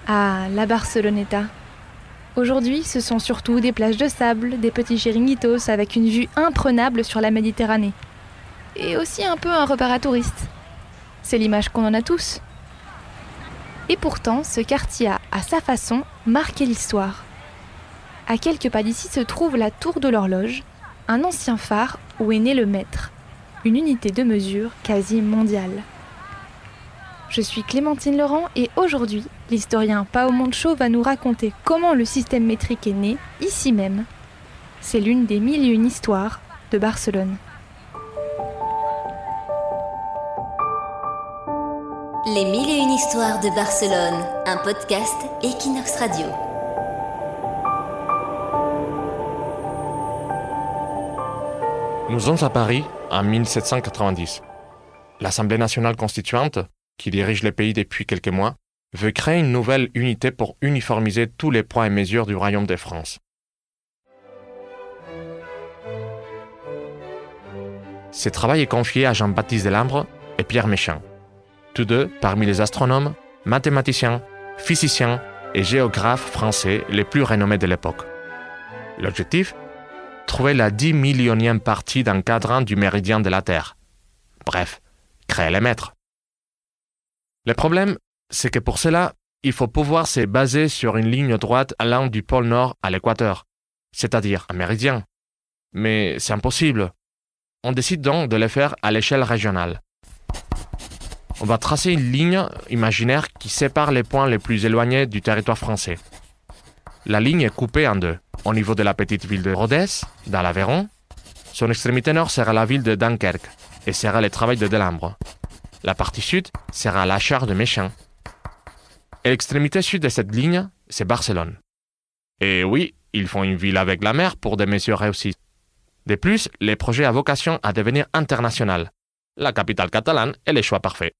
Ah, la Barceloneta. Aujourd'hui, ce sont surtout des plages de sable, des petits chiringuitos avec une vue imprenable sur la Méditerranée. Et aussi un peu un repère à touristes. C'est l'image qu'on en a tous. Et pourtant, ce quartier a, à sa façon, marqué l'histoire. À quelques pas d'ici se trouve la Tour de l'Horloge, un ancien phare où est né le mètre, une unité de mesure quasi mondiale. Je suis Clémentine Laurent et aujourd'hui, l'historien Pao Moncho va nous raconter comment le système métrique est né, ici même. C'est l'une des 1001 histoires de Barcelone. Les 1001 histoires de Barcelone, un podcast Equinox Radio. Nous sommes à Paris en 1790. L'Assemblée nationale constituante, qui dirige le pays depuis quelques mois, veut créer une nouvelle unité pour uniformiser tous les poids et mesures du Royaume de France. Ce travail est confié à Jean-Baptiste Delambre et Pierre Méchain, tous deux parmi les astronomes, mathématiciens, physiciens et géographes français les plus renommés de l'époque. L'objectif ? Trouver la 10 millionième partie d'un cadran du méridien de la Terre. Bref, créer les mètres. Le problème, c'est que pour cela, il faut pouvoir se baser sur une ligne droite allant du pôle Nord à l'équateur, c'est-à-dire un méridien. Mais c'est impossible. On décide donc de le faire à l'échelle régionale. On va tracer une ligne imaginaire qui sépare les points les plus éloignés du territoire français. La ligne est coupée en deux. Au niveau de la petite ville de Rodez, dans l'Aveyron, son extrémité nord sera la ville de Dunkerque et sera le travail de Delambre. La partie sud sera la charge de Méchain. Et l'extrémité sud de cette ligne, c'est Barcelone. Et oui, ils font une ville avec la mer pour des mesures réussies. De plus, le projet a vocation à devenir international. La capitale catalane est le choix parfait.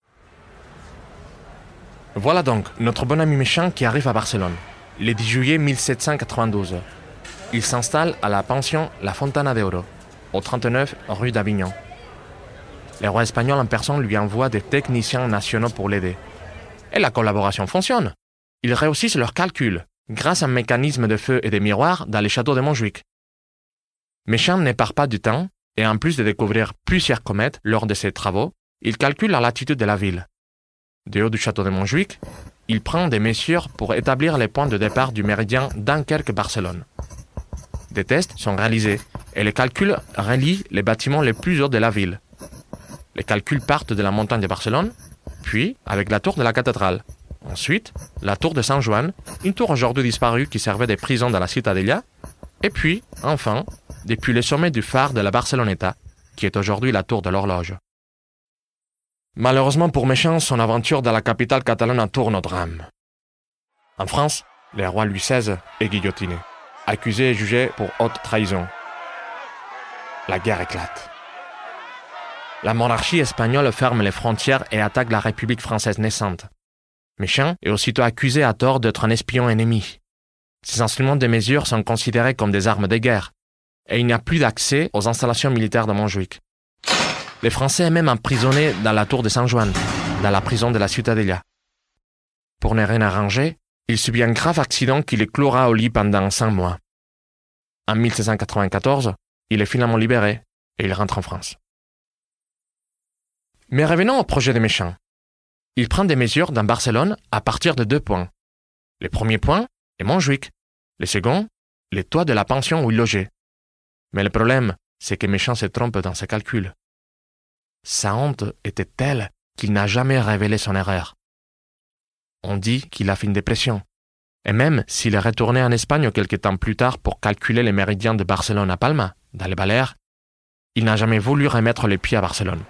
Voilà donc notre bon ami Méchain qui arrive à Barcelone, le 10 juillet 1792. Il s'installe à la pension La Fontana d'Oro, au 39 rue d'Avignon. Le roi espagnol en personne lui envoie des techniciens nationaux pour l'aider. Et la collaboration fonctionne. Ils réussissent leurs calculs, grâce à un mécanisme de feu et de miroirs dans les châteaux de Montjuïc. Méchain ne part pas du temps, et en plus de découvrir plusieurs comètes lors de ses travaux, il calcule la latitude de la ville. Du haut du château de Montjuïc, il prend des mesures pour établir les points de départ du méridien Dunkerque-Barcelone. Des tests sont réalisés, et les calculs relient les bâtiments les plus hauts de la ville. Les calculs partent de la montagne de Barcelone, puis avec la tour de la cathédrale. Ensuite, la tour de Sant Joan, une tour aujourd'hui disparue qui servait de prison dans la Ciutadella. Et puis, enfin, depuis le sommet du phare de la Barceloneta, qui est aujourd'hui la tour de l'horloge. Malheureusement pour Méchain, son aventure dans la capitale catalane tourne au drame. En France, le roi Louis XVI est guillotiné, accusé et jugé pour haute trahison. La guerre éclate. La monarchie espagnole ferme les frontières et attaque la République française naissante. Méchain est aussitôt accusé à tort d'être un espion ennemi. Ces instruments de mesure sont considérés comme des armes de guerre, et il n'y a plus d'accès aux installations militaires de Montjuïc. Les Français est même emprisonné dans la tour de Sant Joan, dans la prison de la Ciutadella. Pour ne rien arranger, il subit un grave accident qui le clouera au lit pendant 5 mois. En 1794, il est finalement libéré et il rentre en France. Mais revenons au projet de Méchain. Il prend des mesures dans Barcelone à partir de 2 points. Le premier point est Montjuïc. Le second, les toits de la pension où il logeait. Mais le problème, c'est que Méchain se trompe dans ses calculs. Sa honte était telle qu'il n'a jamais révélé son erreur. On dit qu'il a fait une dépression. Et même s'il est retourné en Espagne quelque temps plus tard pour calculer les méridiens de Barcelone à Palma, dans les Baleares, il n'a jamais voulu remettre les pieds à Barcelone.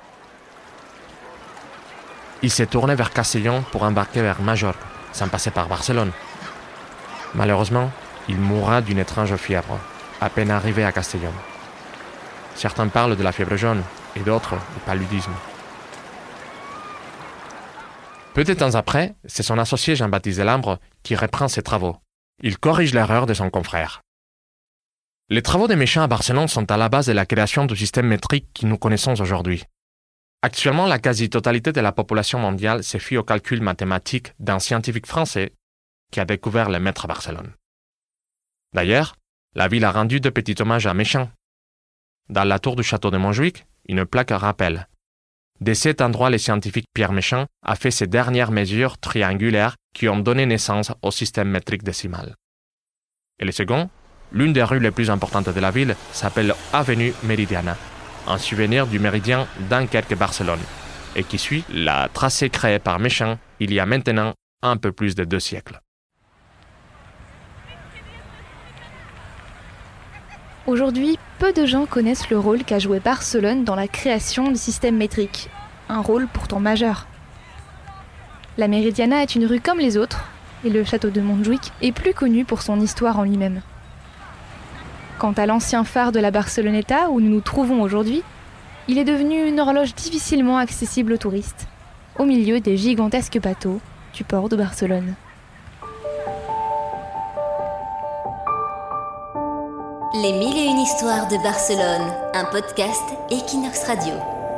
Il s'est tourné vers Castellón pour embarquer vers Majorque, sans passer par Barcelone. Malheureusement, il mourra d'une étrange fièvre, à peine arrivé à Castellón. Certains parlent de la fièvre jaune, et d'autres du paludisme. Peu de temps après, c'est son associé Jean-Baptiste Delambre qui reprend ses travaux. Il corrige l'erreur de son confrère. Les travaux de Méchain à Barcelone sont à la base de la création du système métrique que nous connaissons aujourd'hui. Actuellement, la quasi-totalité de la population mondiale se fie aux calculs mathématiques d'un scientifique français qui a découvert le maître à Barcelone. D'ailleurs, la ville a rendu de petits hommages à Méchain. Dans la tour du château de Montjuïc, une plaque rappelle. De cet endroit, le scientifique Pierre Méchain a fait ses dernières mesures triangulaires qui ont donné naissance au système métrique décimal. Et le second, l'une des rues les plus importantes de la ville, s'appelle Avenue Meridiana, en souvenir du méridien Dunkerque-Barcelone, et qui suit la tracée créée par Méchain il y a maintenant un peu plus de 2 siècles. Aujourd'hui, peu de gens connaissent le rôle qu'a joué Barcelone dans la création du système métrique, un rôle pourtant majeur. La Meridiana est une rue comme les autres, et le château de Montjuïc est plus connu pour son histoire en lui-même. Quant à l'ancien phare de la Barceloneta, où nous nous trouvons aujourd'hui, il est devenu une horloge difficilement accessible aux touristes, au milieu des gigantesques bateaux du port de Barcelone. Les 1001 histoires de Barcelone, un podcast Equinox Radio.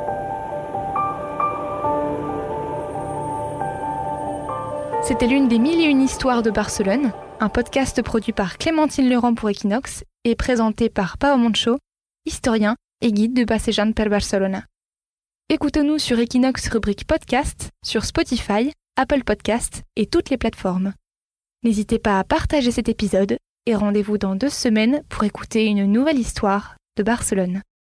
C'était l'une des 1001 histoires de Barcelone, un podcast produit par Clémentine Leurent pour Equinox et présenté par Pau Moncho, historien et guide de Passejant per Barcelona. Écoutez-nous sur Equinox rubrique podcast, sur Spotify, Apple Podcast et toutes les plateformes. N'hésitez pas à partager cet épisode et rendez-vous dans 2 semaines pour écouter une nouvelle histoire de Barcelone.